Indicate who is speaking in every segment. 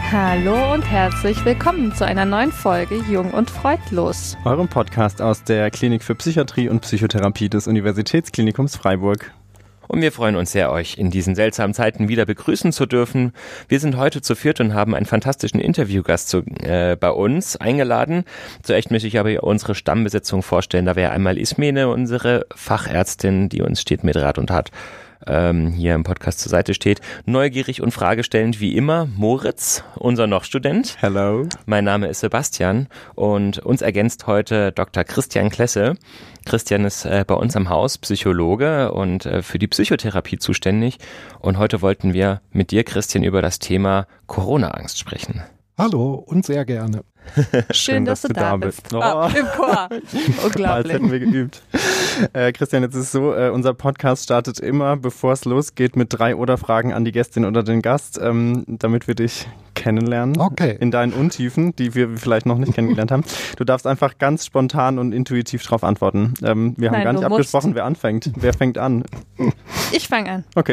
Speaker 1: Hallo und herzlich willkommen zu einer neuen Folge Jung und Freudlos.
Speaker 2: Eurem Podcast aus der Klinik für Psychiatrie und Psychotherapie des Universitätsklinikums Freiburg.
Speaker 3: Und wir freuen uns sehr, euch in diesen seltsamen Zeiten wieder begrüßen zu dürfen. Wir sind heute zu viert und haben einen fantastischen Interviewgast bei uns eingeladen. Zuerst möchte ich aber unsere Stammbesetzung vorstellen. Da wäre einmal Ismene, unsere Fachärztin, die uns steht mit Rat und Tat hier im Podcast zur Seite steht. Neugierig und fragestellend wie immer Moritz, unser Noch-Student.
Speaker 2: Hello.
Speaker 3: Mein Name ist Sebastian und uns ergänzt heute Dr. Christian Klesse. Christian ist bei uns am Haus Psychologe und für die Psychotherapie zuständig. Und heute wollten wir mit dir, Christian, über das Thema Corona-Angst sprechen.
Speaker 4: Hallo und sehr gerne.
Speaker 1: Schön, dass du da bist.
Speaker 2: Oh.
Speaker 1: Im Chor. Unglaublich.
Speaker 2: Als hätten wir geübt. Christian, jetzt ist es so, unser Podcast startet immer, bevor es losgeht, mit 3 Oder-Fragen an die Gästin oder den Gast, damit wir dich kennenlernen.
Speaker 4: Okay.
Speaker 2: In deinen Untiefen, die wir vielleicht noch nicht kennengelernt haben. Du darfst einfach ganz spontan und intuitiv darauf antworten. Wir haben gar nicht abgesprochen, wer anfängt. Wer fängt an?
Speaker 1: Ich fange an.
Speaker 2: Okay.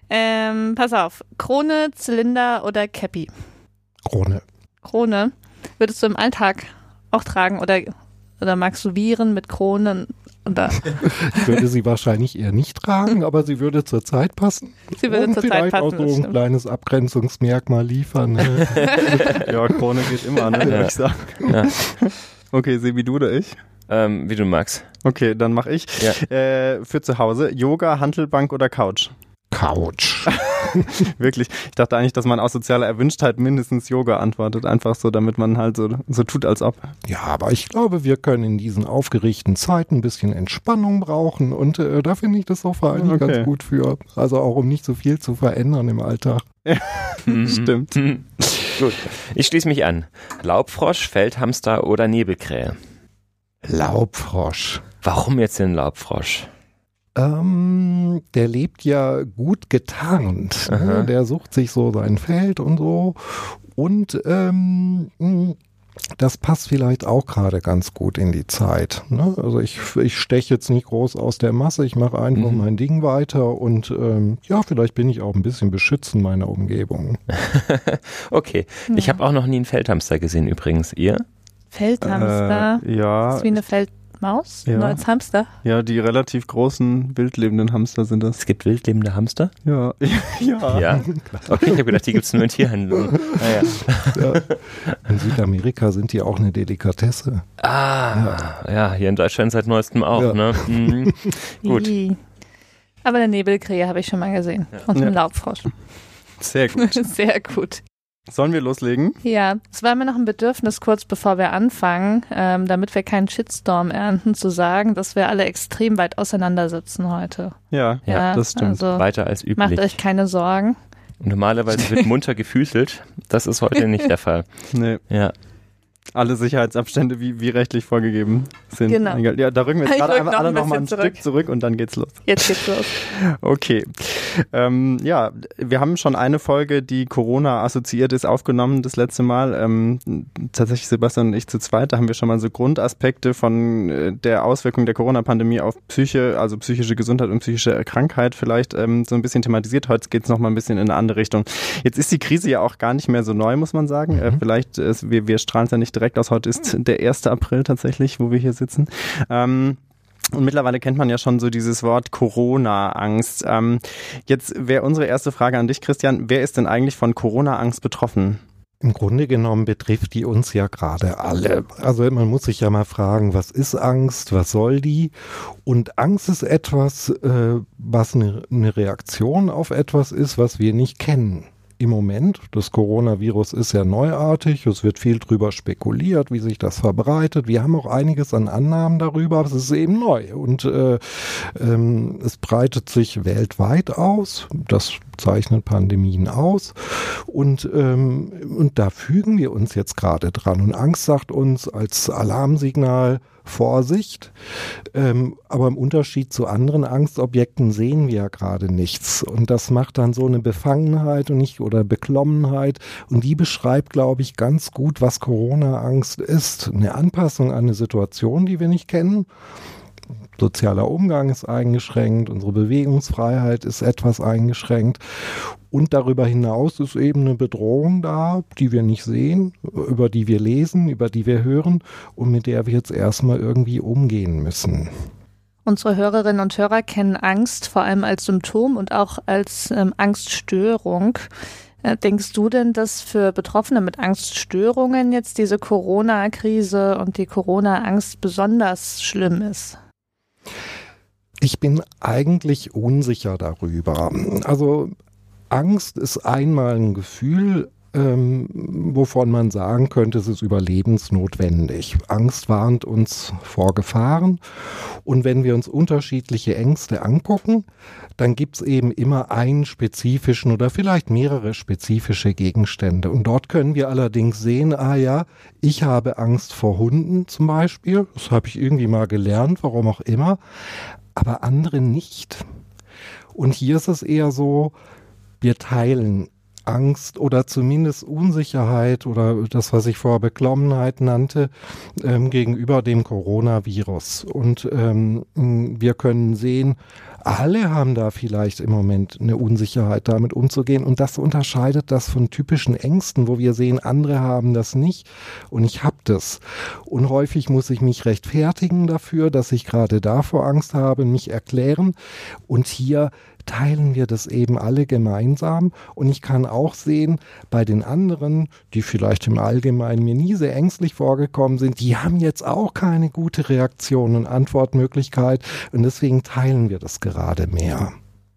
Speaker 1: Pass auf. Krone, Zylinder oder Käppi?
Speaker 4: Krone.
Speaker 1: Krone. Würdest du im Alltag auch tragen oder magst du Viren mit Kronen?
Speaker 4: Ich würde sie wahrscheinlich eher nicht tragen, aber sie würde zur Zeit passen.
Speaker 1: Sie würde zur Zeit passen.
Speaker 4: Und vielleicht auch so ein kleines Abgrenzungsmerkmal liefern. Ne?
Speaker 2: Ja, Krone geht immer, ne, würde ich sagen.
Speaker 3: Ja.
Speaker 2: Okay, Sebi, du oder ich?
Speaker 3: Wie du magst.
Speaker 2: Okay, dann mache ich.
Speaker 3: Ja.
Speaker 2: Für zu Hause, Yoga, Hantelbank oder Couch?
Speaker 4: Couch.
Speaker 2: Wirklich. Ich dachte eigentlich, dass man aus sozialer Erwünschtheit mindestens Yoga antwortet. Einfach so, damit man halt so tut, als ob.
Speaker 4: Ja, aber ich glaube, wir können in diesen aufgeregten Zeiten ein bisschen Entspannung brauchen und da finde ich das Sofa eigentlich ganz gut für. Also auch um nicht so viel zu verändern im Alltag.
Speaker 2: Stimmt.
Speaker 3: Gut, ich schließe mich an. Laubfrosch, Feldhamster oder Nebelkrähe?
Speaker 4: Laubfrosch.
Speaker 3: Warum jetzt den Laubfrosch?
Speaker 4: Der lebt ja gut getarnt. Ne? Der sucht sich so sein Feld und so. Und das passt vielleicht auch gerade ganz gut in die Zeit. Ne? Also ich steche jetzt nicht groß aus der Masse. Ich mache einfach mein Ding weiter. Und ja, vielleicht bin ich auch ein bisschen beschützend meiner Umgebung.
Speaker 3: Okay. Ja. Ich habe auch noch nie einen Feldhamster gesehen übrigens. Ihr?
Speaker 1: Feldhamster?
Speaker 2: Ja.
Speaker 1: Das ist wie eine Feldmaus?
Speaker 2: Ja.
Speaker 1: Nur als Hamster?
Speaker 2: Ja, die relativ großen, wildlebenden Hamster sind das.
Speaker 3: Es gibt wildlebende Hamster?
Speaker 2: Ja.
Speaker 3: Ja. Okay, ich habe gedacht, die gibt es nur in Tierhandlungen.
Speaker 4: Ja. In Südamerika sind die auch eine Delikatesse.
Speaker 3: Ja, hier in Deutschland seit neuestem auch. Ja. Ne? Gut.
Speaker 1: Aber eine Nebelkrähe habe ich schon mal gesehen. Und einen Laubfrosch.
Speaker 2: Sehr gut.
Speaker 1: Sehr gut.
Speaker 2: Sollen wir loslegen?
Speaker 1: Ja, es war mir noch ein Bedürfnis, kurz bevor wir anfangen, damit wir keinen Shitstorm ernten, zu sagen, dass wir alle extrem weit auseinandersitzen heute.
Speaker 2: Ja, das stimmt.
Speaker 1: Also
Speaker 3: weiter als üblich.
Speaker 1: Macht euch keine Sorgen.
Speaker 3: Und normalerweise wird munter gefüßelt. Das ist heute nicht der Fall.
Speaker 2: Nee.
Speaker 3: Ja.
Speaker 2: Alle Sicherheitsabstände wie rechtlich vorgegeben sind.
Speaker 1: Genau.
Speaker 2: Ja, da rücken wir jetzt gerade einmal alle nochmal ein Stück zurück und dann geht's los.
Speaker 1: Jetzt geht's los.
Speaker 2: Okay. Ja, wir haben schon eine Folge, die Corona assoziiert ist, aufgenommen das letzte Mal. Tatsächlich Sebastian und ich zu zweit, da haben wir schon mal so Grundaspekte von der Auswirkung der Corona-Pandemie auf Psyche, also psychische Gesundheit und psychische Krankheit vielleicht so ein bisschen thematisiert. Heute geht's noch mal ein bisschen in eine andere Richtung. Jetzt ist die Krise ja auch gar nicht mehr so neu, muss man sagen. Vielleicht, wir strahlen es ja nicht direkt aus. Heute ist der 1. April tatsächlich, wo wir hier sitzen. Und mittlerweile kennt man ja schon so dieses Wort Corona-Angst. Jetzt wäre unsere erste Frage an dich, Christian. Wer ist denn eigentlich von Corona-Angst betroffen?
Speaker 4: Im Grunde genommen betrifft die uns ja gerade alle. Also man muss sich ja mal fragen, was ist Angst, was soll die? Und Angst ist etwas, was eine Reaktion auf etwas ist, was wir nicht kennen. Im Moment, das Coronavirus ist ja neuartig, es wird viel drüber spekuliert, wie sich das verbreitet. Wir haben auch einiges an Annahmen darüber, aber es ist eben neu und es breitet sich weltweit aus. Das zeichnen Pandemien aus und da fügen wir uns jetzt gerade dran. Und Angst sagt uns als Alarmsignal, Vorsicht, aber im Unterschied zu anderen Angstobjekten sehen wir ja gerade nichts und das macht dann so eine Befangenheit und nicht oder Beklommenheit und die beschreibt, glaube ich, ganz gut, was Corona-Angst ist. Eine Anpassung an eine Situation, die wir nicht kennen. sozialer Umgang ist eingeschränkt, unsere Bewegungsfreiheit ist etwas eingeschränkt. Und darüber hinaus ist eben eine Bedrohung da, die wir nicht sehen, über die wir lesen, über die wir hören und mit der wir jetzt erstmal irgendwie umgehen müssen.
Speaker 1: Unsere Hörerinnen und Hörer kennen Angst vor allem als Symptom und auch als Angststörung. Denkst du denn, dass für Betroffene mit Angststörungen jetzt diese Corona-Krise und die Corona-Angst besonders schlimm ist?
Speaker 4: Ich bin eigentlich unsicher darüber. Also Angst ist einmal ein Gefühl, wovon man sagen könnte, es ist überlebensnotwendig. Angst warnt uns vor Gefahren und wenn wir uns unterschiedliche Ängste angucken, dann gibt es eben immer einen spezifischen oder vielleicht mehrere spezifische Gegenstände. Und dort können wir allerdings sehen, ich habe Angst vor Hunden zum Beispiel, das habe ich irgendwie mal gelernt, warum auch immer, aber andere nicht. Und hier ist es eher so, wir teilen Angst oder zumindest Unsicherheit oder das, was ich vorher Beklommenheit nannte, gegenüber dem Coronavirus. Und wir können sehen, alle haben da vielleicht im Moment eine Unsicherheit, damit umzugehen. Und das unterscheidet das von typischen Ängsten, wo wir sehen, andere haben das nicht und ich habe das. Und häufig muss ich mich rechtfertigen dafür, dass ich gerade davor Angst habe, mich erklären. Und hier teilen wir das eben alle gemeinsam. Und ich kann auch sehen, bei den anderen, die vielleicht im Allgemeinen mir nie sehr ängstlich vorgekommen sind, die haben jetzt auch keine gute Reaktion und Antwortmöglichkeit. Und deswegen teilen wir das gerade mehr.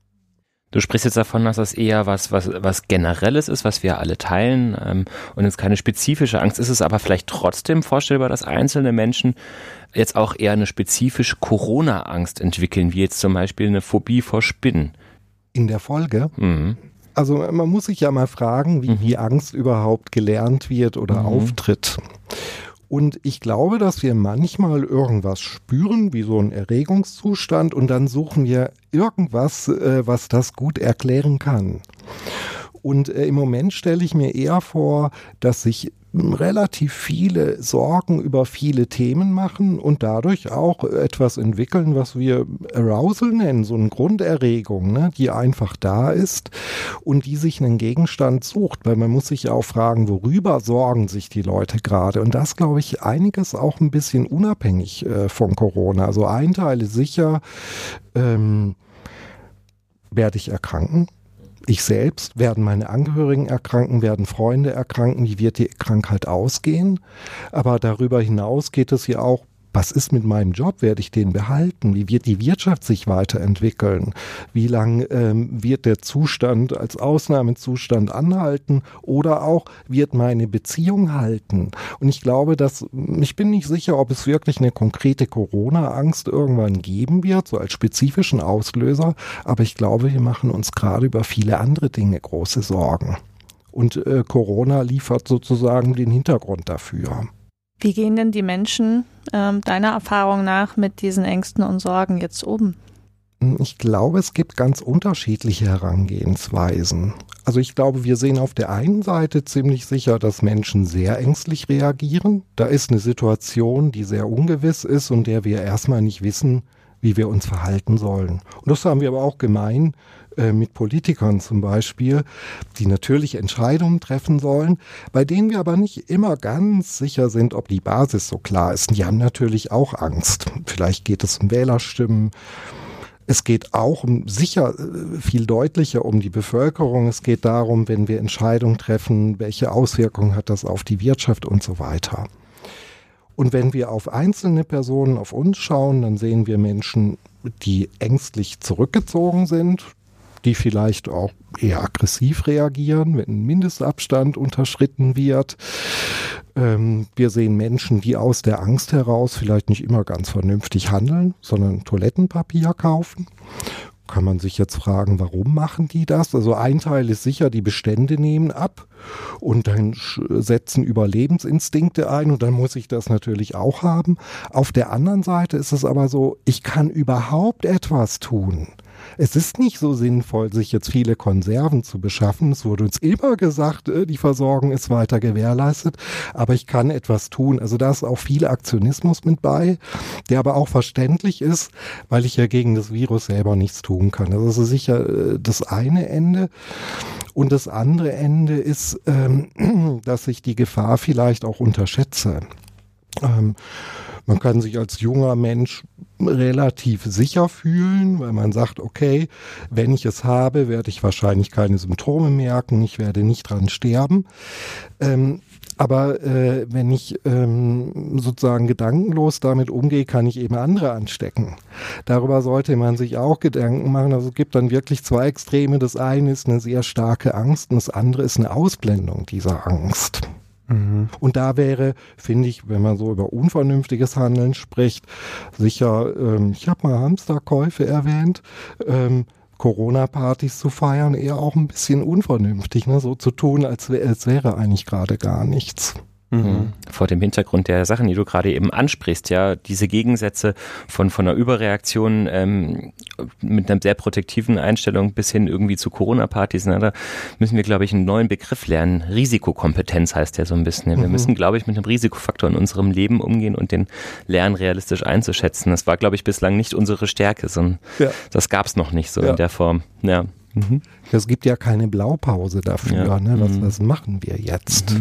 Speaker 3: Du sprichst jetzt davon, dass das eher was Generelles ist, was wir alle teilen und jetzt keine spezifische Angst. Ist es aber vielleicht trotzdem vorstellbar, dass einzelne Menschen jetzt auch eher eine spezifische Corona-Angst entwickeln, wie jetzt zum Beispiel eine Phobie vor Spinnen?
Speaker 4: In der Folge? Mhm. Also man muss sich ja mal fragen, wie Angst überhaupt gelernt wird oder auftritt. Und ich glaube, dass wir manchmal irgendwas spüren, wie so ein Erregungszustand, und dann suchen wir irgendwas, was das gut erklären kann. Und im Moment stelle ich mir eher vor, dass sich relativ viele Sorgen über viele Themen machen und dadurch auch etwas entwickeln, was wir Arousal nennen, so eine Grunderregung, ne, die einfach da ist und die sich einen Gegenstand sucht, weil man muss sich ja auch fragen, worüber sorgen sich die Leute gerade, und das, glaube ich, einiges auch ein bisschen unabhängig von Corona. Also ein Teil ist sicher, werde ich erkranken? Ich selbst, werden meine Angehörigen erkranken, werden Freunde erkranken, wie wird die Krankheit ausgehen? Aber darüber hinaus geht es ja auch, was ist mit meinem Job? Werde ich den behalten? Wie wird die Wirtschaft sich weiterentwickeln? Wie lang wird der Zustand als Ausnahmezustand anhalten? Oder auch, wird meine Beziehung halten? Und ich glaube, ich bin nicht sicher, ob es wirklich eine konkrete Corona-Angst irgendwann geben wird, so als spezifischen Auslöser. Aber ich glaube, wir machen uns gerade über viele andere Dinge große Sorgen. Und Corona liefert sozusagen den Hintergrund dafür.
Speaker 1: Wie gehen denn die Menschen deiner Erfahrung nach mit diesen Ängsten und Sorgen jetzt um?
Speaker 4: Ich glaube, es gibt ganz unterschiedliche Herangehensweisen. Also ich glaube, wir sehen auf der einen Seite ziemlich sicher, dass Menschen sehr ängstlich reagieren. Da ist eine Situation, die sehr ungewiss ist und der wir erstmal nicht wissen, wie wir uns verhalten sollen. Und das haben wir aber auch gemein mit Politikern zum Beispiel, die natürlich Entscheidungen treffen sollen, bei denen wir aber nicht immer ganz sicher sind, ob die Basis so klar ist. Und die haben natürlich auch Angst. Vielleicht geht es um Wählerstimmen. Es geht auch sicher viel deutlicher um die Bevölkerung. Es geht darum, wenn wir Entscheidungen treffen, welche Auswirkungen hat das auf die Wirtschaft und so weiter. Und wenn wir auf einzelne Personen, auf uns schauen, dann sehen wir Menschen, die ängstlich zurückgezogen sind, die vielleicht auch eher aggressiv reagieren, wenn ein Mindestabstand unterschritten wird. Wir sehen Menschen, die aus der Angst heraus vielleicht nicht immer ganz vernünftig handeln, sondern Toilettenpapier kaufen. Kann man sich jetzt fragen, warum machen die das? Also ein Teil ist sicher, die Bestände nehmen ab und dann setzen Überlebensinstinkte ein und dann muss ich das natürlich auch haben. Auf der anderen Seite ist es aber so, ich kann überhaupt etwas tun. Es ist nicht so sinnvoll, sich jetzt viele Konserven zu beschaffen. Es wurde uns immer gesagt, die Versorgung ist weiter gewährleistet, aber ich kann etwas tun. Also da ist auch viel Aktionismus mit bei, der aber auch verständlich ist, weil ich ja gegen das Virus selber nichts tun kann. Das ist sicher das eine Ende. Und das andere Ende ist, dass ich die Gefahr vielleicht auch unterschätze. Man kann sich als junger Mensch relativ sicher fühlen, weil man sagt, okay, wenn ich es habe, werde ich wahrscheinlich keine Symptome merken, ich werde nicht dran sterben. Aber wenn ich sozusagen gedankenlos damit umgehe, kann ich eben andere anstecken. Darüber sollte man sich auch Gedanken machen. Also es gibt dann wirklich zwei Extreme. Das eine ist eine sehr starke Angst und das andere ist eine Ausblendung dieser Angst. Und da wäre, finde ich, wenn man so über unvernünftiges Handeln spricht, sicher, ich habe mal Hamsterkäufe erwähnt, Corona-Partys zu feiern, eher auch ein bisschen unvernünftig, ne? So zu tun, als wäre eigentlich gerade gar nichts.
Speaker 3: Vor dem Hintergrund der Sachen, die du gerade eben ansprichst, ja, diese Gegensätze von einer Überreaktion mit einer sehr protektiven Einstellung bis hin irgendwie zu Corona-Partys, da müssen wir, glaube ich, einen neuen Begriff lernen. Risikokompetenz heißt der so ein bisschen. Wir müssen, glaube ich, mit einem Risikofaktor in unserem Leben umgehen und den lernen, realistisch einzuschätzen. Das war, glaube ich, bislang nicht unsere Stärke, sondern das gab es noch nicht so in der Form. Ja.
Speaker 4: Es gibt ja keine Blaupause dafür, ne? Was machen wir jetzt?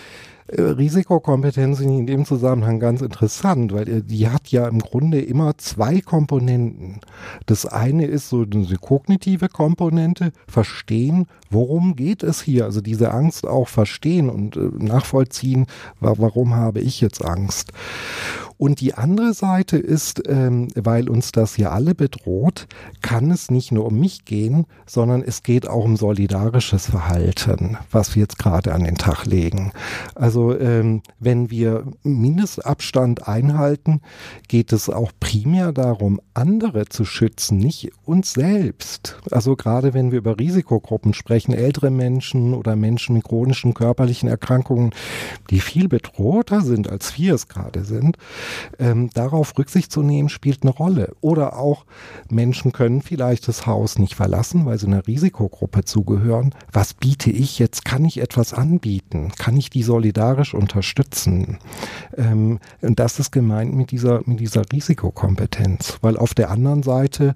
Speaker 4: Risikokompetenz in dem Zusammenhang ganz interessant, weil die hat ja im Grunde immer zwei Komponenten. Das eine ist so eine kognitive Komponente, verstehen, worum geht es hier? Also diese Angst auch verstehen und nachvollziehen, warum habe ich jetzt Angst? Und die andere Seite ist, weil uns das ja alle bedroht, kann es nicht nur um mich gehen, sondern es geht auch um solidarisches Verhalten, was wir jetzt gerade an den Tag legen. Also wenn wir Mindestabstand einhalten, geht es auch primär darum, andere zu schützen, nicht uns selbst. Also gerade wenn wir über Risikogruppen sprechen, ältere Menschen oder Menschen mit chronischen körperlichen Erkrankungen, die viel bedrohter sind, als wir es gerade sind, darauf Rücksicht zu nehmen, spielt eine Rolle. Oder auch Menschen können vielleicht das Haus nicht verlassen, weil sie einer Risikogruppe zugehören. Was biete ich jetzt? Kann ich etwas anbieten? Kann ich die solidarisch unterstützen? Und das ist gemeint mit dieser Risikokompetenz. Weil auf der anderen Seite,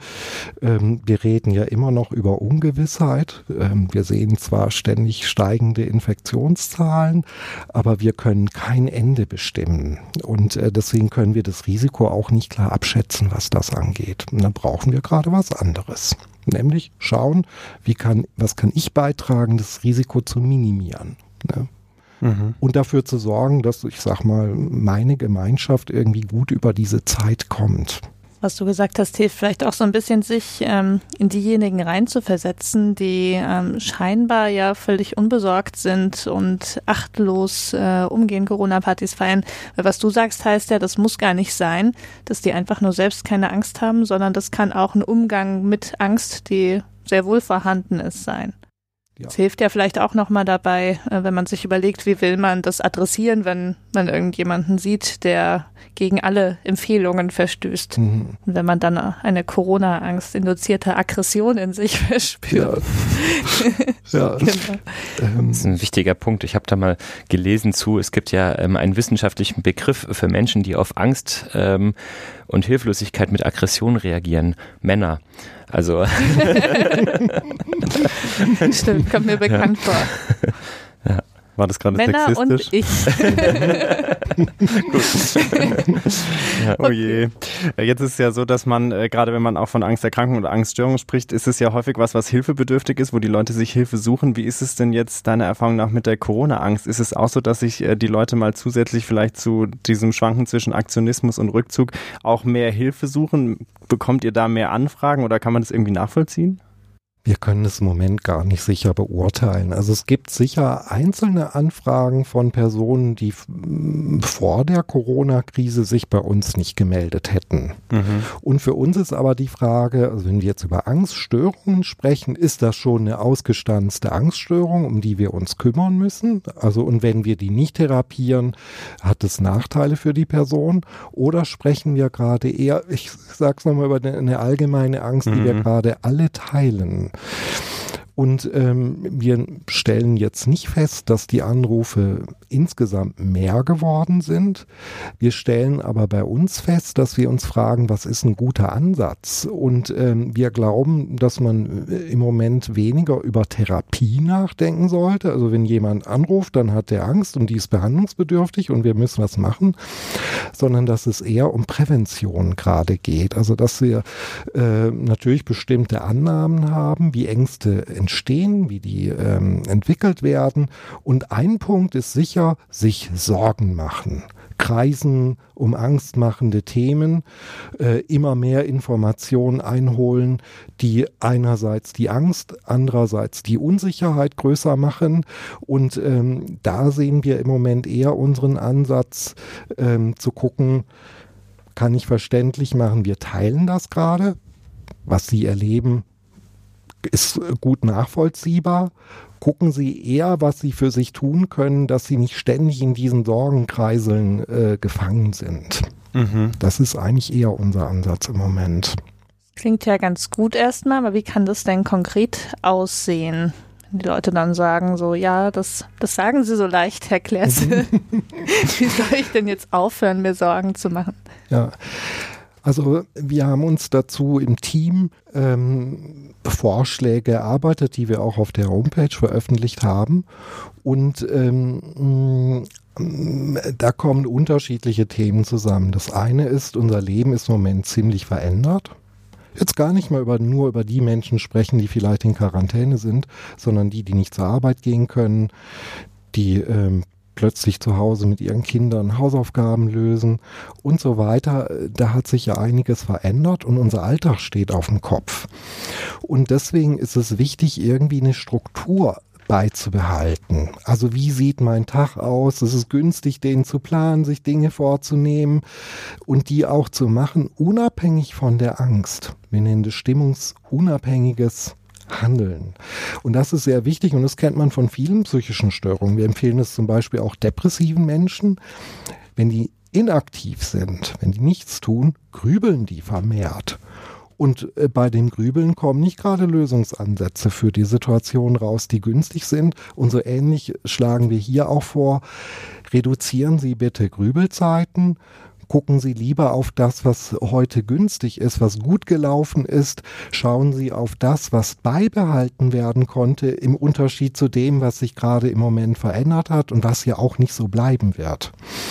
Speaker 4: wir reden ja immer noch über Ungewissheit. Wir sehen zwar ständig steigende Infektionszahlen, aber wir können kein Ende bestimmen. Und deswegen können wir das Risiko auch nicht klar abschätzen, was das angeht. Und dann brauchen wir gerade was anderes. Nämlich schauen, was kann ich beitragen, das Risiko zu minimieren. Ne? Und dafür zu sorgen, dass, ich sag mal, meine Gemeinschaft irgendwie gut über diese Zeit kommt.
Speaker 1: Was du gesagt hast, hilft vielleicht auch so ein bisschen, sich in diejenigen reinzuversetzen, die scheinbar ja völlig unbesorgt sind und achtlos umgehen, Corona-Partys feiern. Weil was du sagst, heißt ja, das muss gar nicht sein, dass die einfach nur selbst keine Angst haben, sondern das kann auch ein Umgang mit Angst, die sehr wohl vorhanden ist, sein. Ja. Es hilft ja vielleicht auch nochmal dabei, wenn man sich überlegt, wie will man das adressieren, wenn man irgendjemanden sieht, der gegen alle Empfehlungen verstößt. Und wenn man dann eine Corona-Angst-induzierte Aggression in sich verspürt.
Speaker 4: Ja.
Speaker 1: Genau.
Speaker 3: Das ist ein wichtiger Punkt. Ich habe da mal gelesen es gibt ja einen wissenschaftlichen Begriff für Menschen, die auf Angst und Hilflosigkeit mit Aggression reagieren. Männer. Also
Speaker 1: Stimmt, kommt mir bekannt vor.
Speaker 2: Ja. War das gerade
Speaker 1: Männer
Speaker 2: sexistisch?
Speaker 1: Und ich.
Speaker 2: Gut. Ja, oh je. Jetzt ist es ja so, dass man, gerade wenn man auch von Angsterkrankung oder Angststörung spricht, ist es ja häufig was hilfebedürftig ist, wo die Leute sich Hilfe suchen. Wie ist es denn jetzt deiner Erfahrung nach mit der Corona-Angst? Ist es auch so, dass sich die Leute mal zusätzlich vielleicht zu diesem Schwanken zwischen Aktionismus und Rückzug auch mehr Hilfe suchen? Bekommt ihr da mehr Anfragen oder kann man das irgendwie nachvollziehen?
Speaker 4: Wir können es im Moment gar nicht sicher beurteilen. Also es gibt sicher einzelne Anfragen von Personen, die vor der Corona-Krise sich bei uns nicht gemeldet hätten. Und für uns ist aber die Frage, also wenn wir jetzt über Angststörungen sprechen, ist das schon eine ausgestanzte Angststörung, um die wir uns kümmern müssen? Also und wenn wir die nicht therapieren, hat es Nachteile für die Person? Oder sprechen wir gerade eher, ich sag's nochmal, über eine allgemeine Angst, die wir gerade alle teilen? Und wir stellen jetzt nicht fest, dass die Anrufe insgesamt mehr geworden sind. Wir stellen aber bei uns fest, dass wir uns fragen, was ist ein guter Ansatz? Und wir glauben, dass man im Moment weniger über Therapie nachdenken sollte. Also wenn jemand anruft, dann hat der Angst und die ist behandlungsbedürftig und wir müssen was machen, sondern dass es eher um Prävention gerade geht. Also dass wir natürlich bestimmte Annahmen haben, wie Ängste entstehen, wie die entwickelt werden. Und ein Punkt ist sicher, sich Sorgen machen. Kreisen um angstmachende Themen, immer mehr Informationen einholen, die einerseits die Angst, andererseits die Unsicherheit größer machen. Und da sehen wir im Moment eher unseren Ansatz, zu gucken, kann ich verständlich machen, wir teilen das gerade, was Sie erleben, ist gut nachvollziehbar. Gucken Sie eher, was Sie für sich tun können, dass Sie nicht ständig in diesen Sorgenkreiseln gefangen sind. Das ist eigentlich eher unser Ansatz im Moment.
Speaker 1: Klingt ja ganz gut erstmal, aber wie kann das denn konkret aussehen? Wenn die Leute dann sagen so, ja, das sagen Sie so leicht, Herr Klerse. Wie soll ich denn jetzt aufhören, mir Sorgen zu machen?
Speaker 4: Ja, also wir haben uns dazu im Team Vorschläge erarbeitet, die wir auch auf der Homepage veröffentlicht haben. Und da kommen unterschiedliche Themen zusammen. Das eine ist, unser Leben ist im Moment ziemlich verändert. Jetzt gar nicht mal nur über die Menschen sprechen, die vielleicht in Quarantäne sind, sondern die nicht zur Arbeit gehen können, die plötzlich zu Hause mit ihren Kindern Hausaufgaben lösen und so weiter. Da hat sich ja einiges verändert und unser Alltag steht auf dem Kopf. Und deswegen ist es wichtig, irgendwie eine Struktur beizubehalten. Also wie sieht mein Tag aus? Es ist günstig, den zu planen, sich Dinge vorzunehmen und die auch zu machen, unabhängig von der Angst. Wir nennen das stimmungsunabhängiges Handeln. Und das ist sehr wichtig und das kennt man von vielen psychischen Störungen. Wir empfehlen es zum Beispiel auch depressiven Menschen. Wenn die inaktiv sind, wenn die nichts tun, grübeln die vermehrt. Und bei dem Grübeln kommen nicht gerade Lösungsansätze für die Situation raus, die günstig sind. Und so ähnlich schlagen wir hier auch vor, reduzieren Sie bitte Grübelzeiten. Gucken Sie lieber auf das, was heute günstig ist, was gut gelaufen ist. Schauen Sie auf das, was beibehalten werden konnte, im Unterschied zu dem, was sich gerade im Moment verändert hat und was ja auch nicht so bleiben wird.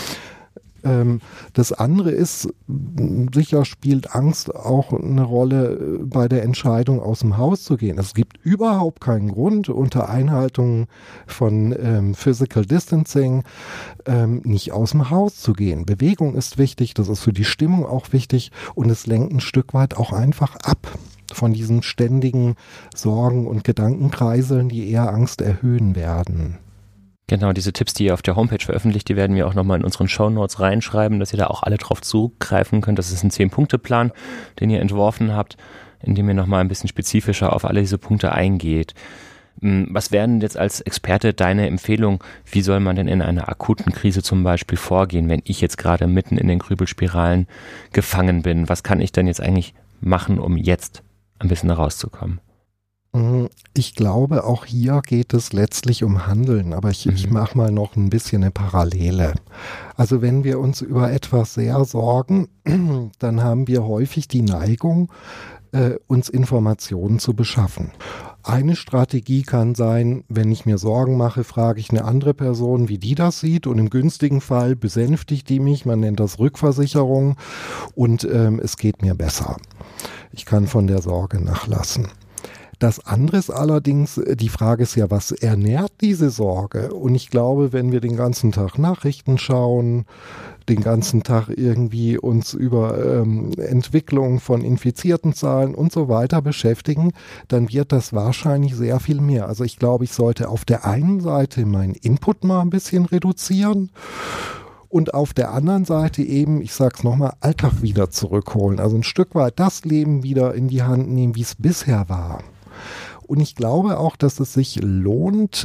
Speaker 4: Das andere ist, sicher spielt Angst auch eine Rolle bei der Entscheidung, aus dem Haus zu gehen. Es gibt überhaupt keinen Grund, unter Einhaltung von Physical Distancing nicht aus dem Haus zu gehen. Bewegung ist wichtig, das ist für die Stimmung auch wichtig und es lenkt ein Stück weit auch einfach ab von diesen ständigen Sorgen und Gedankenkreiseln, die eher Angst erhöhen werden.
Speaker 3: Genau, diese Tipps, die ihr auf der Homepage veröffentlicht, die werden wir auch nochmal in unseren Shownotes reinschreiben, dass ihr da auch alle drauf zugreifen könnt. Das ist ein 10-Punkte-Plan, den ihr entworfen habt, in dem ihr nochmal ein bisschen spezifischer auf alle diese Punkte eingeht. Was wären jetzt als Experte deine Empfehlung? Wie soll man denn in einer akuten Krise zum Beispiel vorgehen, wenn ich jetzt gerade mitten in den Grübelspiralen gefangen bin? Was kann ich denn jetzt eigentlich machen, um jetzt ein bisschen rauszukommen?
Speaker 4: Ich glaube, auch hier geht es letztlich um Handeln, aber ich mache mal noch ein bisschen eine Parallele. Also wenn wir uns über etwas sehr sorgen, dann haben wir häufig die Neigung, uns Informationen zu beschaffen. Eine Strategie kann sein, wenn ich mir Sorgen mache, frage ich eine andere Person, wie die das sieht und im günstigen Fall besänftigt die mich, man nennt das Rückversicherung und es geht mir besser. Ich kann von der Sorge nachlassen. Das andere ist allerdings, die Frage ist ja, was ernährt diese Sorge? Und ich glaube, wenn wir den ganzen Tag Nachrichten schauen, den ganzen Tag irgendwie uns über Entwicklung von infizierten Zahlen und so weiter beschäftigen, dann wird das wahrscheinlich sehr viel mehr. Also ich glaube, ich sollte auf der einen Seite meinen Input mal ein bisschen reduzieren und auf der anderen Seite eben, ich sag's nochmal, Alltag wieder zurückholen. Also ein Stück weit das Leben wieder in die Hand nehmen, wie es bisher war. Und ich glaube auch, dass es sich lohnt,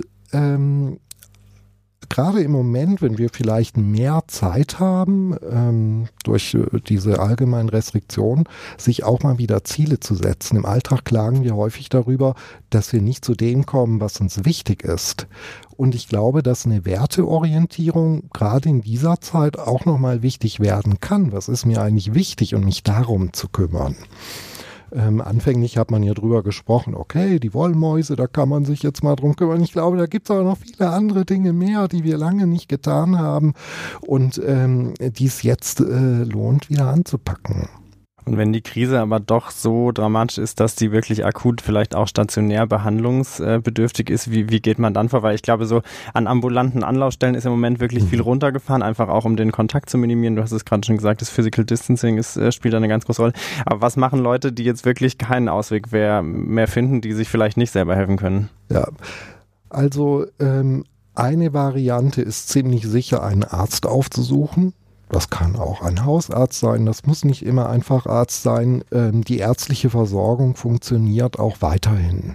Speaker 4: gerade im Moment, wenn wir vielleicht mehr Zeit haben, durch diese allgemeinen Restriktionen, sich auch mal wieder Ziele zu setzen. Im Alltag klagen wir häufig darüber, dass wir nicht zu dem kommen, was uns wichtig ist. Und ich glaube, dass eine Werteorientierung gerade in dieser Zeit auch nochmal wichtig werden kann. Was ist mir eigentlich wichtig und mich darum zu kümmern? Anfänglich hat man ja drüber gesprochen, okay, die Wollmäuse, da kann man sich jetzt mal drum kümmern. Ich glaube, da gibt es auch noch viele andere Dinge mehr, die wir lange nicht getan haben und die es jetzt lohnt, wieder anzupacken.
Speaker 2: Und wenn die Krise aber doch so dramatisch ist, dass die wirklich akut vielleicht auch stationär behandlungsbedürftig ist, wie geht man dann vor? Weil ich glaube, so an ambulanten Anlaufstellen ist im Moment wirklich viel runtergefahren, einfach auch um den Kontakt zu minimieren. Du hast es gerade schon gesagt, das Physical Distancing spielt eine ganz große Rolle. Aber was machen Leute, die jetzt wirklich keinen Ausweg mehr finden, die sich vielleicht nicht selber helfen können?
Speaker 4: Ja, also eine Variante ist ziemlich sicher, einen Arzt aufzusuchen. Das kann auch ein Hausarzt sein, das muss nicht immer ein Facharzt sein. Die ärztliche Versorgung funktioniert auch weiterhin.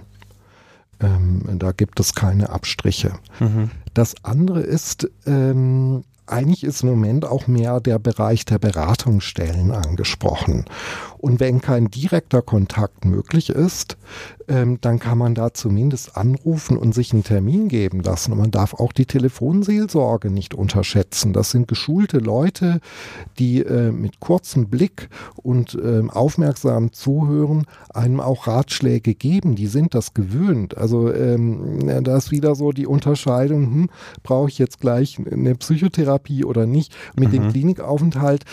Speaker 4: Da gibt es keine Abstriche. Mhm. Das andere ist, eigentlich ist im Moment auch mehr der Bereich der Beratungsstellen angesprochen. Und wenn kein direkter Kontakt möglich ist, dann kann man da zumindest anrufen und sich einen Termin geben lassen. Und man darf auch die Telefonseelsorge nicht unterschätzen. Das sind geschulte Leute, die mit kurzem Blick und aufmerksam Zuhören einem auch Ratschläge geben. Die sind das gewöhnt. Also da ist wieder so die Unterscheidung, brauche ich jetzt gleich eine Psychotherapie oder nicht? Mit dem Klinikaufenthalt,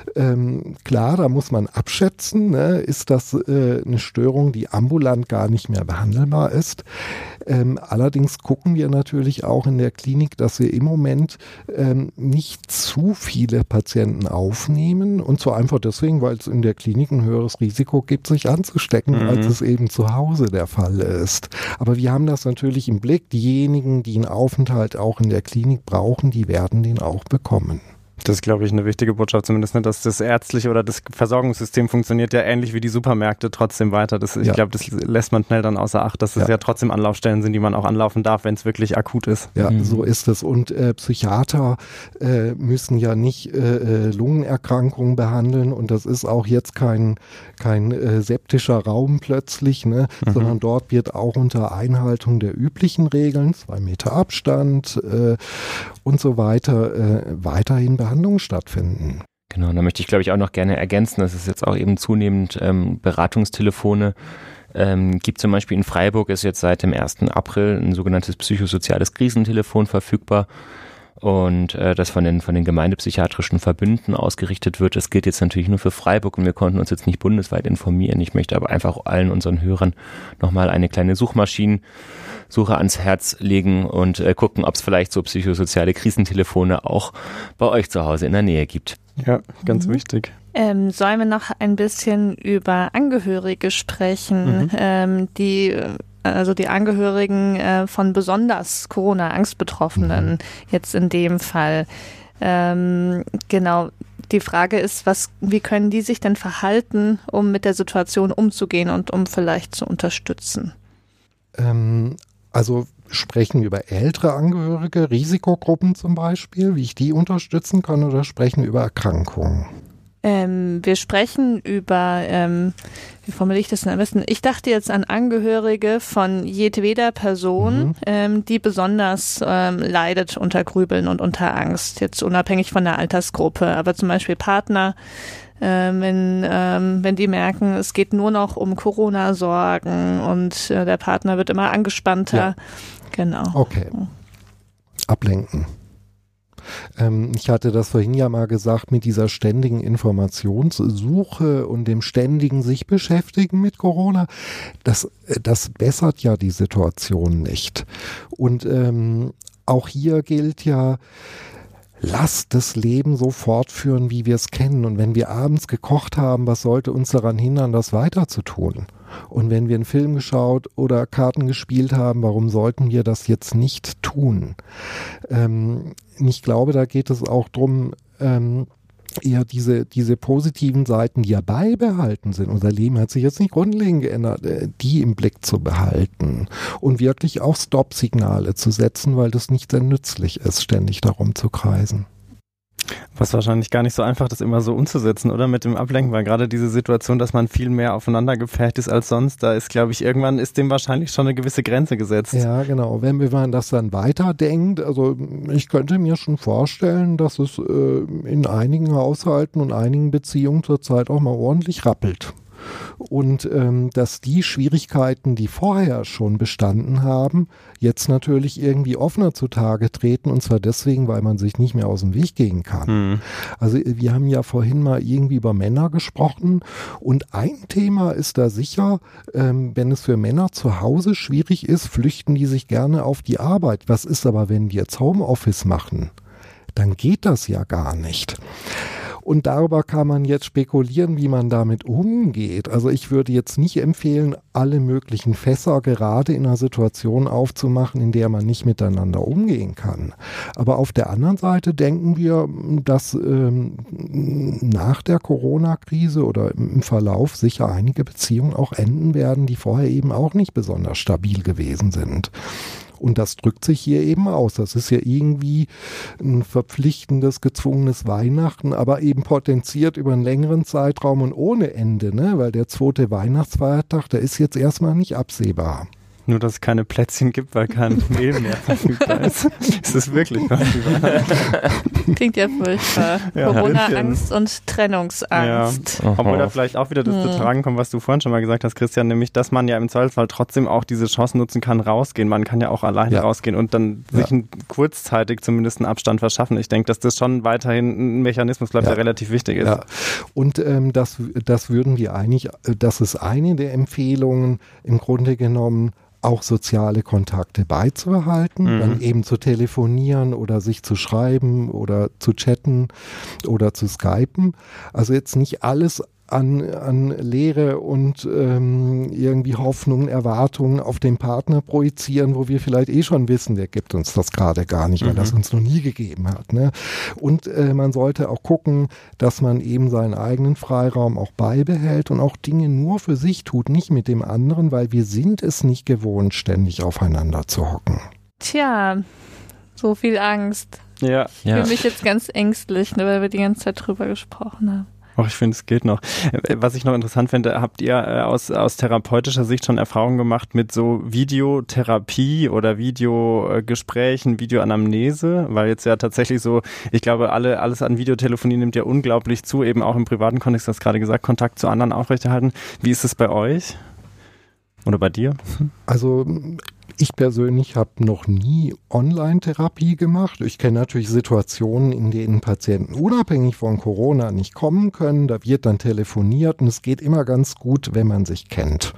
Speaker 4: klar, da muss man abschätzen, ne? Ist das eine Störung, die ambulant gar nicht mehr behandelbar ist. Allerdings gucken wir natürlich auch in der Klinik, dass wir im Moment nicht zu viele Patienten aufnehmen und zwar einfach deswegen, weil es in der Klinik ein höheres Risiko gibt, sich anzustecken, als es eben zu Hause der Fall ist. Aber wir haben das natürlich im Blick. Diejenigen, die einen Aufenthalt auch in der Klinik brauchen, die werden den auch bekommen.
Speaker 2: Das ist, glaube ich, eine wichtige Botschaft zumindest, ne, dass das ärztliche oder das Versorgungssystem funktioniert ja ähnlich wie die Supermärkte trotzdem weiter. Ich glaube, das lässt man schnell dann außer Acht, dass es ja trotzdem Anlaufstellen sind, die man auch anlaufen darf, wenn es wirklich akut ist.
Speaker 4: Ja, so ist es. Und Psychiater müssen ja nicht Lungenerkrankungen behandeln und das ist auch jetzt kein septischer Raum plötzlich, ne, sondern dort wird auch unter Einhaltung der üblichen Regeln, 2 Meter Abstand und so weiter, weiterhin Behandlungen stattfinden.
Speaker 3: Genau, da möchte ich, glaube ich, auch noch gerne ergänzen, dass es jetzt auch eben zunehmend Beratungstelefone gibt. Zum Beispiel in Freiburg ist jetzt seit dem 1. April ein sogenanntes psychosoziales Krisentelefon verfügbar und das von den gemeindepsychiatrischen Verbünden ausgerichtet wird. Das gilt jetzt natürlich nur für Freiburg und wir konnten uns jetzt nicht bundesweit informieren. Ich möchte aber einfach allen unseren Hörern nochmal eine kleine Suche ans Herz legen und gucken, ob es vielleicht so psychosoziale Krisentelefone auch bei euch zu Hause in der Nähe gibt.
Speaker 2: Ja, ganz wichtig.
Speaker 1: Sollen wir noch ein bisschen über Angehörige sprechen, die Angehörigen von besonders Corona-Angst-Betroffenen jetzt in dem Fall. Genau. Die Frage ist, wie können die sich denn verhalten, um mit der Situation umzugehen und um vielleicht zu unterstützen?
Speaker 4: Also sprechen wir über ältere Angehörige, Risikogruppen zum Beispiel, wie ich die unterstützen kann, oder sprechen wir über Erkrankungen?
Speaker 1: Wir sprechen über, wie formuliere ich das denn am besten? Ich dachte jetzt an Angehörige von jedweder Person, die besonders leidet unter Grübeln und unter Angst, jetzt unabhängig von der Altersgruppe, aber zum Beispiel Partner, wenn die merken, es geht nur noch um Corona-Sorgen und der Partner wird immer angespannter.
Speaker 4: Ja.
Speaker 1: Genau.
Speaker 4: Okay. Ablenken. Ich hatte das vorhin ja mal gesagt, mit dieser ständigen Informationssuche und dem ständigen sich beschäftigen mit Corona, das bessert ja die Situation nicht. Und auch hier gilt ja, lasst das Leben so fortführen, wie wir es kennen. Und wenn wir abends gekocht haben, was sollte uns daran hindern, das weiterzutun? Und wenn wir einen Film geschaut oder Karten gespielt haben, warum sollten wir das jetzt nicht tun? Ich glaube, da geht es auch drum, eher diese positiven Seiten, die ja beibehalten sind. Unser Leben hat sich jetzt nicht grundlegend geändert, die im Blick zu behalten und wirklich auch Stopp-Signale zu setzen, weil das nicht sehr nützlich ist, ständig darum zu kreisen.
Speaker 2: Was wahrscheinlich gar nicht so einfach ist, immer so umzusetzen, oder? Mit dem Ablenken, weil gerade diese Situation, dass man viel mehr aufeinander gepfercht ist als sonst, da ist, glaube ich, irgendwann ist dem wahrscheinlich schon eine gewisse Grenze gesetzt.
Speaker 4: Ja, genau. Wenn man das dann weiterdenkt, also ich könnte mir schon vorstellen, dass es in einigen Haushalten und einigen Beziehungen zurzeit auch mal ordentlich rappelt. Und dass die Schwierigkeiten, die vorher schon bestanden haben, jetzt natürlich irgendwie offener zutage treten, und zwar deswegen, weil man sich nicht mehr aus dem Weg gehen kann. Also wir haben ja vorhin mal irgendwie über Männer gesprochen, und ein Thema ist da sicher, wenn es für Männer zu Hause schwierig ist, flüchten die sich gerne auf die Arbeit. Was ist aber, wenn die jetzt Homeoffice machen? Dann geht das ja gar nicht. Und darüber kann man jetzt spekulieren, wie man damit umgeht. Also ich würde jetzt nicht empfehlen, alle möglichen Fässer gerade in einer Situation aufzumachen, in der man nicht miteinander umgehen kann. Aber auf der anderen Seite denken wir, dass nach der Corona-Krise oder im Verlauf sicher einige Beziehungen auch enden werden, die vorher eben auch nicht besonders stabil gewesen sind. Und das drückt sich hier eben aus. Das ist ja irgendwie ein verpflichtendes, gezwungenes Weihnachten, aber eben potenziert über einen längeren Zeitraum und ohne Ende, ne? Weil der 2. Weihnachtsfeiertag, der ist jetzt erstmal nicht absehbar.
Speaker 2: Nur, dass es keine Plätzchen gibt, weil kein Mehl mehr verfügbar ist. Ist das wirklich was?
Speaker 1: Klingt ja furchtbar. Ja, Corona-Angst und Trennungsangst.
Speaker 2: Ja. Obwohl da vielleicht auch wieder das zu tragen kommt, was du vorhin schon mal gesagt hast, Christian, nämlich, dass man ja im Zweifelsfall trotzdem auch diese Chance nutzen kann, rausgehen. Man kann ja auch alleine rausgehen und dann sich kurzzeitig zumindest einen Abstand verschaffen. Ich denke, dass das schon weiterhin ein Mechanismus bleibt, der relativ wichtig ist. Ja.
Speaker 4: Und das würden wir eigentlich, das ist eine der Empfehlungen im Grunde genommen, auch soziale Kontakte beizubehalten, dann eben zu telefonieren oder sich zu schreiben oder zu chatten oder zu skypen. Also jetzt nicht alles an Lehre und irgendwie Hoffnungen, Erwartungen auf den Partner projizieren, wo wir vielleicht schon wissen, der gibt uns das gerade gar nicht, weil das uns noch nie gegeben hat. Ne? Und man sollte auch gucken, dass man eben seinen eigenen Freiraum auch beibehält und auch Dinge nur für sich tut, nicht mit dem anderen, weil wir sind es nicht gewohnt, ständig aufeinander zu hocken.
Speaker 1: Tja, so viel Angst.
Speaker 2: Ja.
Speaker 1: Ich fühle mich jetzt ganz ängstlich, ne, weil wir die ganze Zeit drüber gesprochen haben.
Speaker 2: Ach, ich finde, es geht noch. Was ich noch interessant finde, habt ihr aus therapeutischer Sicht schon Erfahrungen gemacht mit so Videotherapie oder Videogesprächen, Videoanamnese? Weil jetzt ja tatsächlich so, ich glaube, alles an Videotelefonie nimmt ja unglaublich zu, eben auch im privaten Kontext, hast du gerade gesagt, Kontakt zu anderen aufrechterhalten. Wie ist es bei euch? Oder bei dir?
Speaker 4: Also ich persönlich habe noch nie Online-Therapie gemacht. Ich kenne natürlich Situationen, in denen Patienten unabhängig von Corona nicht kommen können. Da wird dann telefoniert und es geht immer ganz gut, wenn man sich kennt.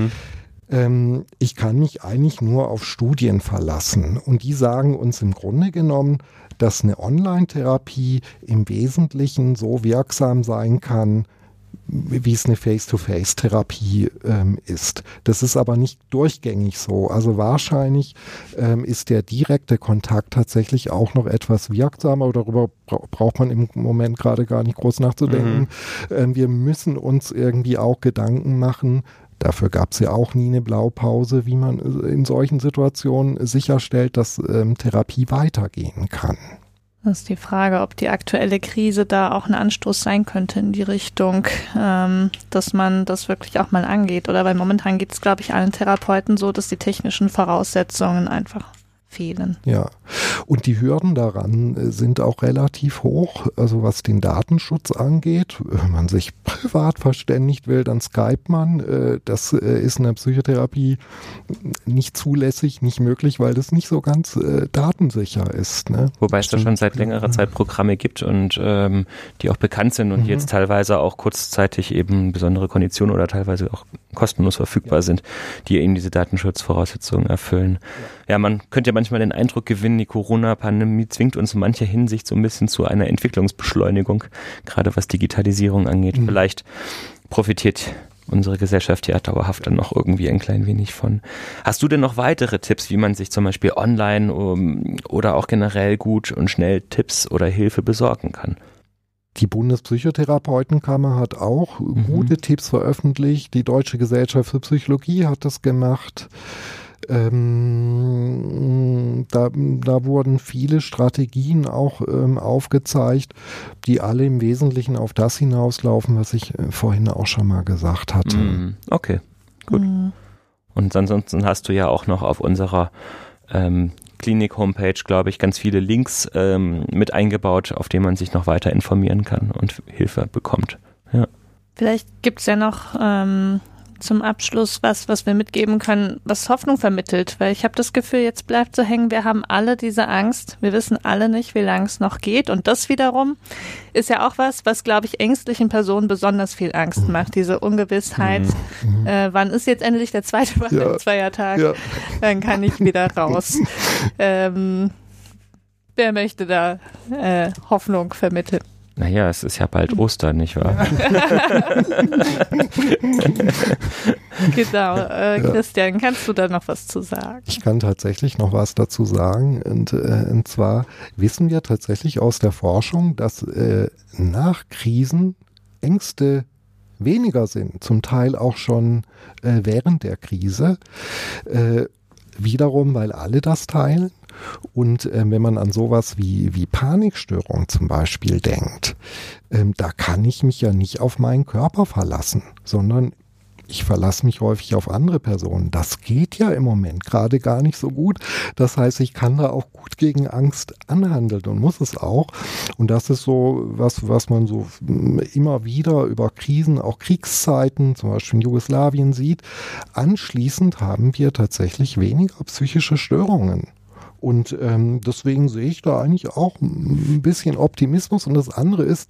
Speaker 4: Ich kann mich eigentlich nur auf Studien verlassen und die sagen uns im Grunde genommen, dass eine Online-Therapie im Wesentlichen so wirksam sein kann, wie es eine Face-to-Face-Therapie ist. Das ist aber nicht durchgängig so. Also wahrscheinlich ist der direkte Kontakt tatsächlich auch noch etwas wirksamer. Darüber braucht man im Moment gerade gar nicht groß nachzudenken. Wir müssen uns irgendwie auch Gedanken machen. Dafür gab es ja auch nie eine Blaupause, wie man in solchen Situationen sicherstellt, dass Therapie weitergehen kann.
Speaker 1: Das ist die Frage, ob die aktuelle Krise da auch ein Anstoß sein könnte in die Richtung, dass man das wirklich auch mal angeht. Oder weil momentan geht es, glaube ich, allen Therapeuten so, dass die technischen Voraussetzungen einfach fehlen.
Speaker 4: Ja, Und die Hürden daran sind auch relativ hoch, also was den Datenschutz angeht. Wenn man sich privat verständigt will, dann Skype man. Das ist in der Psychotherapie nicht zulässig, nicht möglich, weil das nicht so ganz datensicher ist. Ne?
Speaker 3: Wobei es da schon seit längerer Zeit Programme gibt und die auch bekannt sind und jetzt teilweise auch kurzzeitig eben besondere Konditionen oder teilweise auch kostenlos verfügbar sind, die eben diese Datenschutzvoraussetzungen erfüllen. Ja, man könnte ja manchmal den Eindruck gewinnen, die Corona-Pandemie zwingt uns in mancher Hinsicht so ein bisschen zu einer Entwicklungsbeschleunigung, gerade was Digitalisierung angeht. Vielleicht profitiert unsere Gesellschaft ja dauerhaft dann noch irgendwie ein klein wenig von. Hast du denn noch weitere Tipps, wie man sich zum Beispiel online oder auch generell gut und schnell Tipps oder Hilfe besorgen kann?
Speaker 4: Die Bundespsychotherapeutenkammer hat auch gute Tipps veröffentlicht. Die Deutsche Gesellschaft für Psychologie hat das gemacht. Da wurden viele Strategien auch aufgezeigt, die alle im Wesentlichen auf das hinauslaufen, was ich vorhin auch schon mal gesagt hatte.
Speaker 3: Okay, gut. Und ansonsten hast du ja auch noch auf unserer Klinik-Homepage, glaube ich, ganz viele Links mit eingebaut, auf denen man sich noch weiter informieren kann und Hilfe bekommt. Ja.
Speaker 1: Vielleicht gibt es ja noch zum Abschluss was wir mitgeben können, was Hoffnung vermittelt, weil ich habe das Gefühl, jetzt bleibt so hängen, wir haben alle diese Angst, wir wissen alle nicht, wie lange es noch geht und das wiederum ist ja auch was glaube ich ängstlichen Personen besonders viel Angst macht, diese Ungewissheit, wann ist jetzt endlich der zweite Feiertag, dann kann ich wieder raus. Wer möchte da Hoffnung vermitteln?
Speaker 3: Naja, es ist ja bald Ostern, nicht wahr?
Speaker 1: Genau. Christian, kannst du da noch was zu sagen?
Speaker 4: Ich kann tatsächlich noch was dazu sagen. Und zwar wissen wir tatsächlich aus der Forschung, dass nach Krisen Ängste weniger sind, zum Teil auch schon während der Krise. Wiederum, weil alle das teilen. Und wenn man an sowas wie Panikstörung zum Beispiel denkt, da kann ich mich ja nicht auf meinen Körper verlassen, sondern ich verlasse mich häufig auf andere Personen. Das geht ja im Moment gerade gar nicht so gut. Das heißt, ich kann da auch gut gegen Angst anhandeln und muss es auch. Und das ist so was man so immer wieder über Krisen, auch Kriegszeiten, zum Beispiel in Jugoslawien sieht. Anschließend haben wir tatsächlich weniger psychische Störungen. Und deswegen sehe ich da eigentlich auch ein bisschen Optimismus. Und das andere ist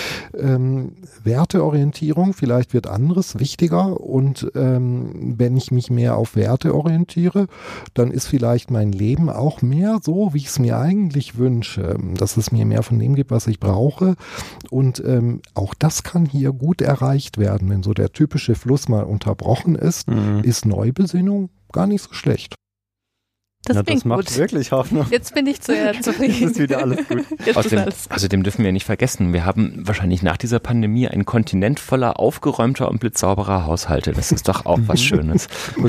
Speaker 4: Werteorientierung. Vielleicht wird anderes wichtiger. Und wenn ich mich mehr auf Werte orientiere, dann ist vielleicht mein Leben auch mehr so, wie ich es mir eigentlich wünsche. Dass es mir mehr von dem gibt, was ich brauche. Und auch das kann hier gut erreicht werden. Wenn so der typische Fluss mal unterbrochen ist, ist Neubesinnung gar nicht so schlecht.
Speaker 1: Das
Speaker 2: macht
Speaker 1: gut.
Speaker 2: Wirklich Hoffnung.
Speaker 1: Jetzt bin ich zufrieden.
Speaker 2: Jetzt ist wieder alles gut.
Speaker 3: Außerdem dürfen wir nicht vergessen, wir haben wahrscheinlich nach dieser Pandemie einen Kontinent voller aufgeräumter und blitzsauberer Haushalte. Das ist doch auch was Schönes.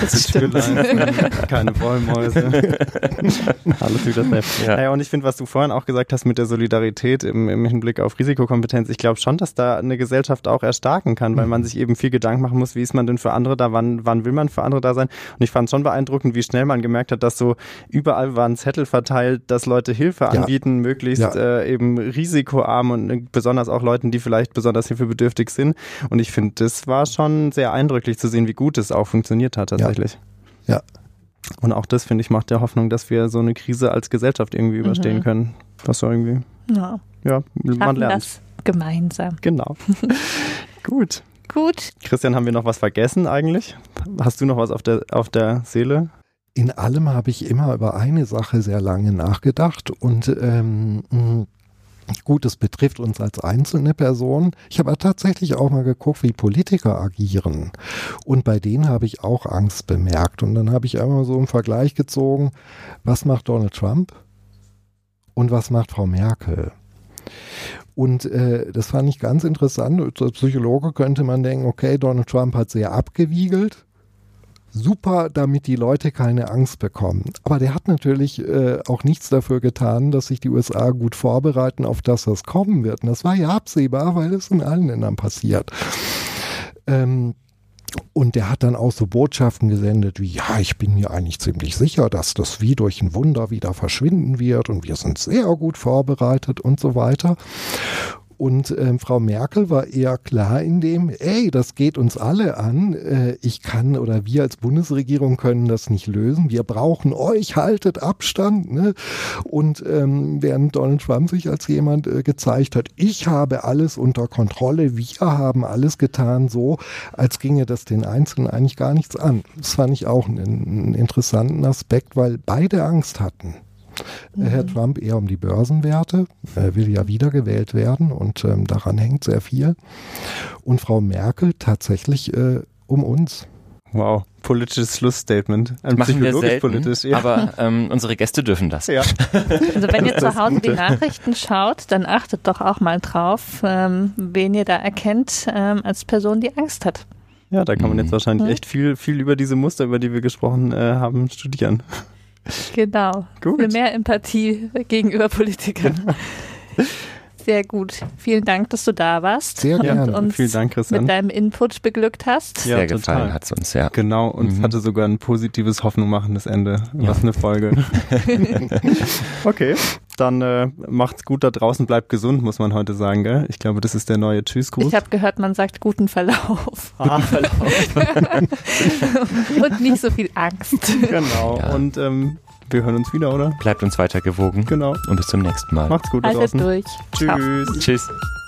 Speaker 2: Keine Wollmäuse. Alles wieder selbst. Ja. Naja, und ich finde, was du vorhin auch gesagt hast mit der Solidarität im Hinblick auf Risikokompetenz, ich glaube schon, dass da eine Gesellschaft auch erstarken kann, weil man sich eben viel Gedanken machen muss, wie ist man denn für andere da, wann will man für andere da sein. Und ich fand es schon beeindruckend, wie schnell man gemerkt hat, dass so überall waren Zettel verteilt, dass Leute Hilfe anbieten, möglichst eben risikoarm und besonders auch Leuten, die vielleicht besonders hilfebedürftig sind. Und ich finde, das war schon sehr eindrücklich zu sehen, wie gut es auch funktioniert hat tatsächlich.
Speaker 4: Ja.
Speaker 2: Und auch das, finde ich, macht der Hoffnung, dass wir so eine Krise als Gesellschaft irgendwie überstehen können. Was so irgendwie, man lernt.
Speaker 1: Das gemeinsam.
Speaker 2: Genau. Gut. Christian, haben wir noch was vergessen eigentlich? Hast du noch was auf der Seele?
Speaker 4: In allem habe ich immer über eine Sache sehr lange nachgedacht und gut, es betrifft uns als einzelne Person. Ich habe tatsächlich auch mal geguckt, wie Politiker agieren und bei denen habe ich auch Angst bemerkt und dann habe ich einmal so einen Vergleich gezogen, was macht Donald Trump und was macht Frau Merkel? Und das fand ich ganz interessant. Als Psychologe könnte man denken, okay, Donald Trump hat sehr abgewiegelt. Super, damit die Leute keine Angst bekommen. Aber der hat natürlich auch nichts dafür getan, dass sich die USA gut vorbereiten auf das, was kommen wird. Und das war ja absehbar, weil es in allen Ländern passiert. Und der hat dann auch so Botschaften gesendet wie, ja, ich bin mir eigentlich ziemlich sicher, dass das wie durch ein Wunder wieder verschwinden wird und wir sind sehr gut vorbereitet und so weiter. Und Frau Merkel war eher klar in dem, das geht uns alle an. Ich kann oder wir als Bundesregierung können das nicht lösen. Wir brauchen euch, haltet Abstand. Ne? Und während Donald Trump sich als jemand gezeigt hat, ich habe alles unter Kontrolle, wir haben alles getan, so als ginge das den Einzelnen eigentlich gar nichts an. Das fand ich auch einen interessanten Aspekt, weil beide Angst hatten. Herr Trump eher um die Börsenwerte, will ja wiedergewählt werden und daran hängt sehr viel. Und Frau Merkel tatsächlich um uns.
Speaker 2: Wow, politisches Schlussstatement.
Speaker 3: Machen wir selten,
Speaker 2: politisch, ja.
Speaker 3: Aber unsere Gäste dürfen das.
Speaker 2: Ja.
Speaker 1: Also wenn ihr zu Hause die Nachrichten schaut, dann achtet doch auch mal drauf, wen ihr da erkennt als Person, die Angst hat.
Speaker 2: Ja, da kann man jetzt wahrscheinlich echt viel über diese Muster, über die wir gesprochen haben, studieren.
Speaker 1: Genau.
Speaker 2: Gut.
Speaker 1: Für mehr Empathie gegenüber Politikern. Genau. Sehr gut. Vielen Dank, dass du da warst.
Speaker 4: Sehr gerne.
Speaker 1: Und uns
Speaker 2: Vielen Dank, Christian.
Speaker 1: mit deinem Input beglückt hast.
Speaker 2: Ja,
Speaker 3: Sehr
Speaker 2: total.
Speaker 3: gefallen hat es uns, ja.
Speaker 2: Genau, und es hatte sogar ein positives, hoffnungmachendes Ende. Was eine Folge. Okay, dann macht's gut da draußen, bleibt gesund, muss man heute sagen, gell? Ich glaube, das ist der neue Tschüssgruß.
Speaker 1: Ich habe gehört, man sagt guten Verlauf.
Speaker 2: Guten Verlauf.
Speaker 1: Und nicht so viel Angst.
Speaker 2: Genau,
Speaker 3: Ja.
Speaker 2: und wir hören uns wieder, oder?
Speaker 3: Bleibt uns weiter gewogen.
Speaker 2: Genau.
Speaker 3: Und bis zum nächsten Mal.
Speaker 2: Macht's gut da
Speaker 1: Haltet
Speaker 2: draußen.
Speaker 1: durch. Ciao.
Speaker 2: Tschüss.
Speaker 3: Tschüss.